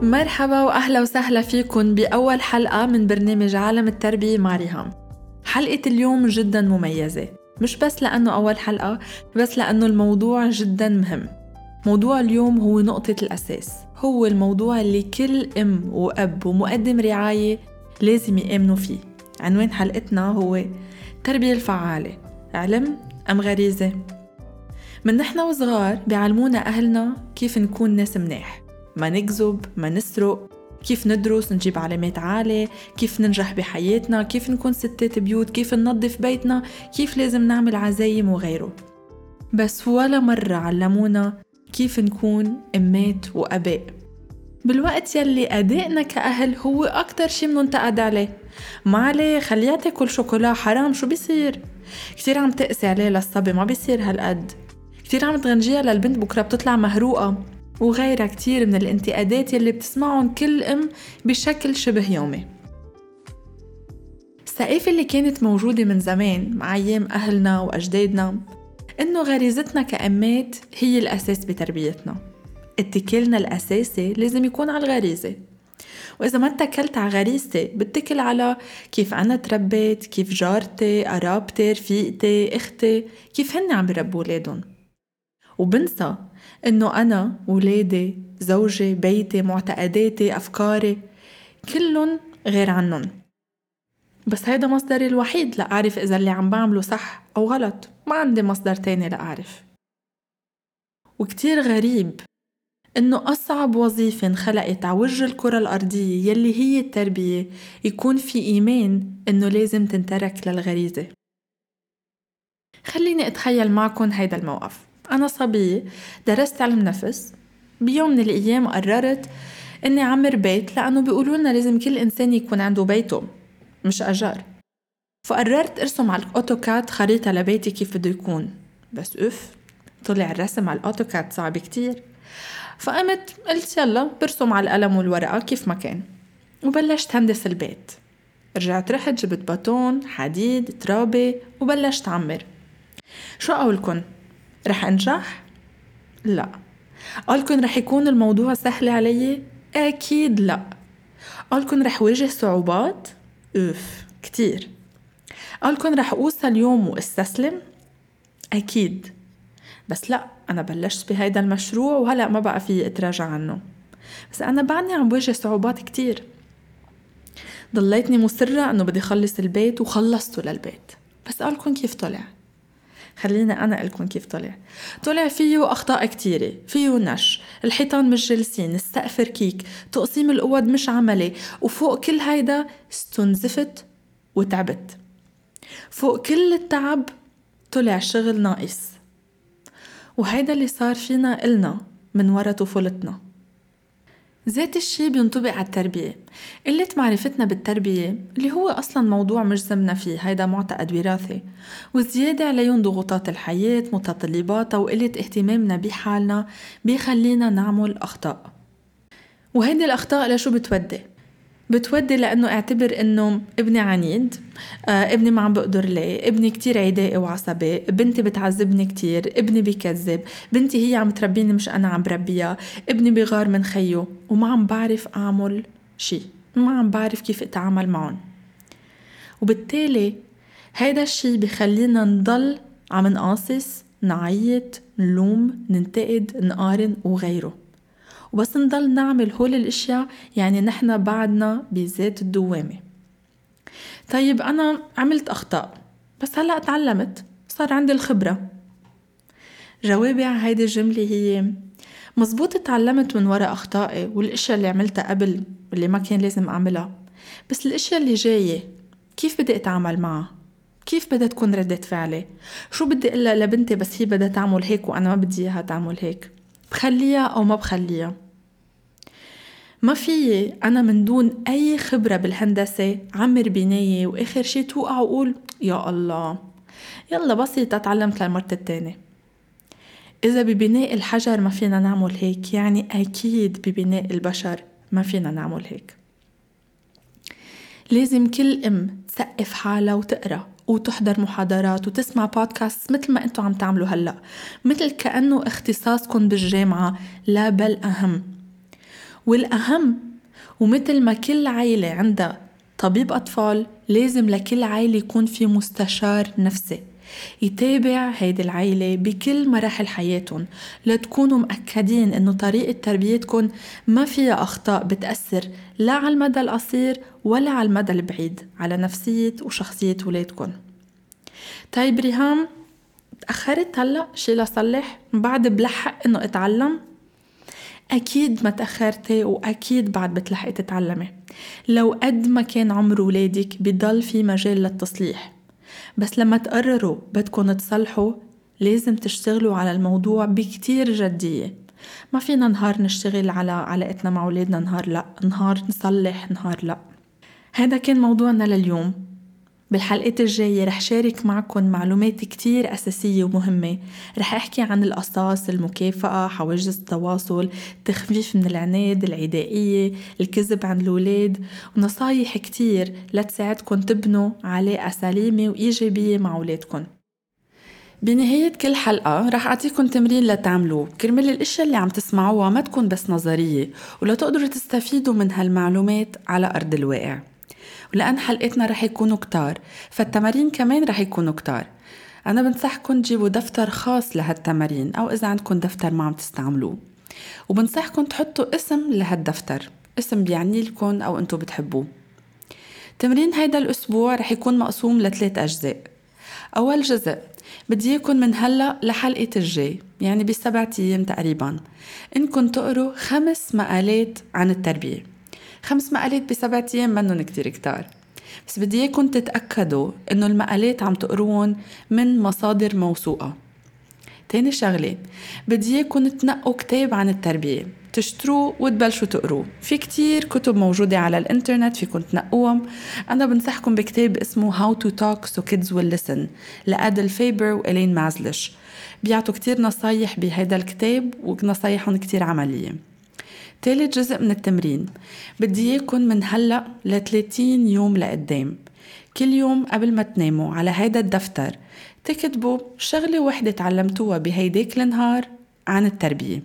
مرحبا وأهلا وسهلا فيكن بأول حلقة من برنامج عالم التربية مع ريهام. حلقة اليوم جدا مميزة، مش بس لأنه أول حلقة، بس لأنه الموضوع جدا مهم. موضوع اليوم هو نقطة الأساس، هو الموضوع اللي كل أم وأب ومقدم رعاية لازم يآمنوا فيه. عنوان حلقتنا هو التربية الفعالة، علم أم غريزة؟ من نحن وصغار بيعلمونا أهلنا كيف نكون ناس مناح، ما نكذب، ما نسرق، كيف ندرس نجيب علامات عالية، كيف ننجح بحياتنا، كيف نكون ستات بيوت، كيف ننظف بيتنا، كيف لازم نعمل عزايم وغيره. بس ولا مرة علمونا كيف نكون أمات وأباء، بالوقت يلي أدائنا كأهل هو أكتر شي مننتقد عليه. ما عليه خليها تاكل شوكولا، حرام، شو بيصير؟ كتير عم تقسي عليه للصبي، ما بيصير هالقد. كتير عم تغنجيها للبنت، بكرة بتطلع مهروقة، وغيرها كتير من الانتقادات يلي بتسمعهم كل أم بشكل شبه يومي. الثقافة اللي كانت موجودة من زمان مع أيام أهلنا وأجدادنا إنه غريزتنا كأمات هي الأساس بتربيتنا. اتكالنا الأساسي لازم يكون على الغريزة، وإذا ما اتكلت على غريزتي بتكل على كيف أنا تربيت، كيف جارتي، قرابتي، رفيقتي، أختي، كيف هن عم بربوا ولادهم. وبنسى إنه أنا، ولادي، زوجي، بيتي، معتقداتي، أفكاري كلهم غير عنهم. بس هيدا مصدري الوحيد لأعرف إذا اللي عم بعمله صح أو غلط، ما عندي مصدر تاني لأعرف. وكتير غريب إنه أصعب وظيفة انخلقت على وجه الكرة الأرضية يلي هي التربية يكون في إيمان إنه لازم تنترك للغريزة. خليني أتخيل معكم هيدا الموقف. أنا صبية درست علم نفس، بيوم من الأيام قررت إني أعمر بيت، لأنه بيقولوا لنا لازم كل إنسان يكون عنده بيته مش أجار. فقررت أرسم على الأوتوكاد خريطة لبيتي كيف بده يكون، بس طلع الرسم على الأوتوكاد صعب كتير. فقمت قلت يلا برسم على القلم والورقة كيف ما كان، وبلشت هندس البيت. رحت جبت باتون، حديد، ترابة، وبلشت عمر. شو أقولكن؟ رح أنجح؟ لا. أقولكن رح يكون الموضوع سهل علي؟ أكيد لا. أقولكن رح واجه صعوبات؟ كتير. أقولكن رح أوصل يوم وأستسلم؟ أكيد. بس لا، أنا بلشت بهيدا المشروع وهلأ ما بقى في أتراجع عنه، بس أنا بعدني عم بواجه صعوبات كتير. ضليتني مصرة أنه بدي خلص البيت وخلصته للبيت. بس أقولكن كيف طلع؟ خلينا أنا أقولكن كيف طلع فيه أخطاء كتيرة، فيه نش، الحيطان مش جلسين، السقف ركيك، تقسيم الأوض مش عملي، وفوق كل هيدا استنزفت وتعبت. فوق كل التعب طلع شغل ناقص، وهيدا اللي صار فينا إلنا من ورا طفولتنا. ذات الشي بينطبق على التربية. قلة معرفتنا بالتربية اللي هو أصلا موضوع مش زمنا فيه، هيدا معتقد وراثي، والزيادة عليهم ضغوطات الحياة، متطلباتها، وقلة اهتمامنا بحالنا بيخلينا نعمل أخطاء. وهيدي الأخطاء لشو بتودي لأنه اعتبر أنه ابني عنيد، ابني ما عم بقدر ليه، ابني كتير عدائي وعصبي، بنتي بتعذبني كتير، ابني بيكذب، بنتي هي عم تربيني مش أنا عم بربيها، ابني بيغار من خيه، وما عم بعرف أعمل شي، ما عم بعرف كيف أتعامل معهم. وبالتالي هيدا الشي بيخلينا نضل عم نقاصص، نعيط، نلوم، ننتقد، نقارن وغيره. وبس نضل نعمل هول الاشياء يعني نحن بعدنا بذات الدوامة. طيب أنا عملت أخطاء، بس هلأ تعلمت، صار عندي الخبرة. جوابي على هيدي الجملة هي مزبوط، تعلمت من وراء أخطائي والاشياء اللي عملتها قبل اللي ما كان لازم أعملها، بس الاشياء اللي جاية كيف بدي أتعامل معها؟ كيف بدها تكون ردة فعلي؟ شو بدي أقولها لبنتي بس هي بدها تعمل هيك وأنا ما بدي إياها تعمل هيك؟ بخليها أو ما بخليها؟ ما فيي أنا من دون أي خبرة بالهندسة عمر بناية وآخر شي توقع وقول يا الله يلا بسيطة تعلمت للمرة التانية. إذا ببناء الحجر ما فينا نعمل هيك، يعني أكيد ببناء البشر ما فينا نعمل هيك. لازم كل أم تسقف حالها وتقرأ وتحضر محاضرات وتسمع بودكاست مثل ما أنتوا عم تعملوا هلأ، مثل كأنه اختصاصكم بالجامعة، لا بل أهم. والأهم، ومثل ما كل عائلة عندها طبيب أطفال، لازم لكل عائلة يكون في مستشار نفسي يتابع هيدي العائلة بكل مراحل حياتهم، لتكونوا مأكدين إنه طريقة تربيتكم ما فيها أخطاء بتأثر لا على المدى القصير ولا على المدى البعيد على نفسية وشخصية ولادكم. طيب ريهام، تأخرت هلأ شي لصلح بعد بلحق إنه أتعلم؟ أكيد ما تأخرتي، وأكيد بعد بتلحقي تتعلمي. لو قد ما كان عمر ولادك بيضل في مجال للتصليح، بس لما تقرروا بدكم تصلحوا لازم تشتغلوا على الموضوع بكتير جدية. ما فينا نهار نشتغل على علاقتنا مع ولادنا، نهار لا، نهار نصلح، نهار لا. هذا كان موضوعنا لليوم. بالحلقات الجاية رح شارك معكم معلومات كتير أساسية ومهمة. رح أحكي عن القصاص، المكافأة، حواجز التواصل، تخفيف من العناد، العدائية، الكذب عن الولاد، ونصايح كتير لتساعدكم تبنوا علاقة سليمة وإيجابية مع ولادكم. بنهاية كل حلقة رح أعطيكم تمرين لتعملوه كرمال الاشياء اللي عم تسمعوها ما تكون بس نظرية، ولا تقدروا تستفيدوا من هالمعلومات على أرض الواقع. ولأن حلقتنا رح يكونوا كتار، فالتمارين كمان رح يكونوا كتار. أنا بنصحكم تجيبوا دفتر خاص لهالتمارين، أو إذا عندكم دفتر ما عم تستعملوه، وبنصحكم تحطوا اسم لهالدفتر، اسم بيعني لكم أو أنتوا بتحبوه. تمرين هيدا الأسبوع رح يكون مقسوم ل3 أجزاء. أول جزء بدي إياكم من هلأ لحلقة الجاي، يعني ب7 أيام تقريبا، إنكم تقروا 5 مقالات عن التربية. 5 مقالات ب7 أيام منن كتير كتار، بس بدي إياكم تتأكدوا إنه المقالات عم تقروهم من مصادر موثوقة. تاني شغلة، بدي إياكم تنقوا كتاب عن التربية، تشتروه وتبلشوا تقروه. في كتير كتب موجودة على الانترنت فيكم تنقوهم. أنا بنصحكم بكتاب اسمه How to Talk So Kids Will Listen لأدل فيبر وإلين مازلش. بيعطوا كتير نصايح بهيدا الكتاب، ونصايحهم كتير عملية. ثالث جزء من التمرين، بدي إياكم من هلأ ل30 يوم لقدام، كل يوم قبل ما تناموا على هيدا الدفتر تكتبوا شغلة واحدة تعلمتوها بهيداك النهار عن التربية.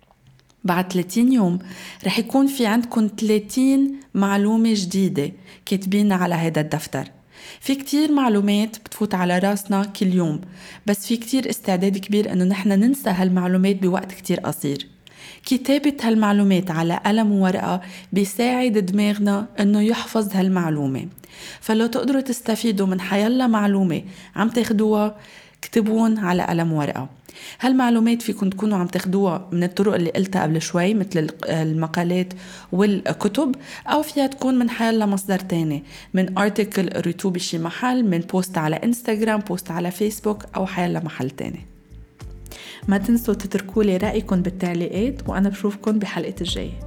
بعد 30 يوم رح يكون في عندكم 30 معلومة جديدة كاتبينها على هيدا الدفتر. في كتير معلومات بتفوت على راسنا كل يوم، بس في كتير استعداد كبير انه نحن ننسى هالمعلومات بوقت كتير قصير. كتابة هالمعلومات على قلم وورقة بيساعد دماغنا انه يحفظ هالمعلومة. فلو تقدروا تستفيدوا من حيالله معلومة عم تاخدوها، اكتبون على قلم ورقة. هالمعلومات فيكم تكونوا عم تاخدوها من الطرق اللي قلتها قبل شوي مثل المقالات والكتب، أو فيها تكون من حيالله مصدر تاني، من ارتيكل قريتوه بشي محل، من بوست على انستغرام، بوست على فيسبوك، أو حيالله محل تاني. ما تنسوا تتركوا لي رأيكم بالتعليقات، وأنا بشوفكم بحلقة الجاية.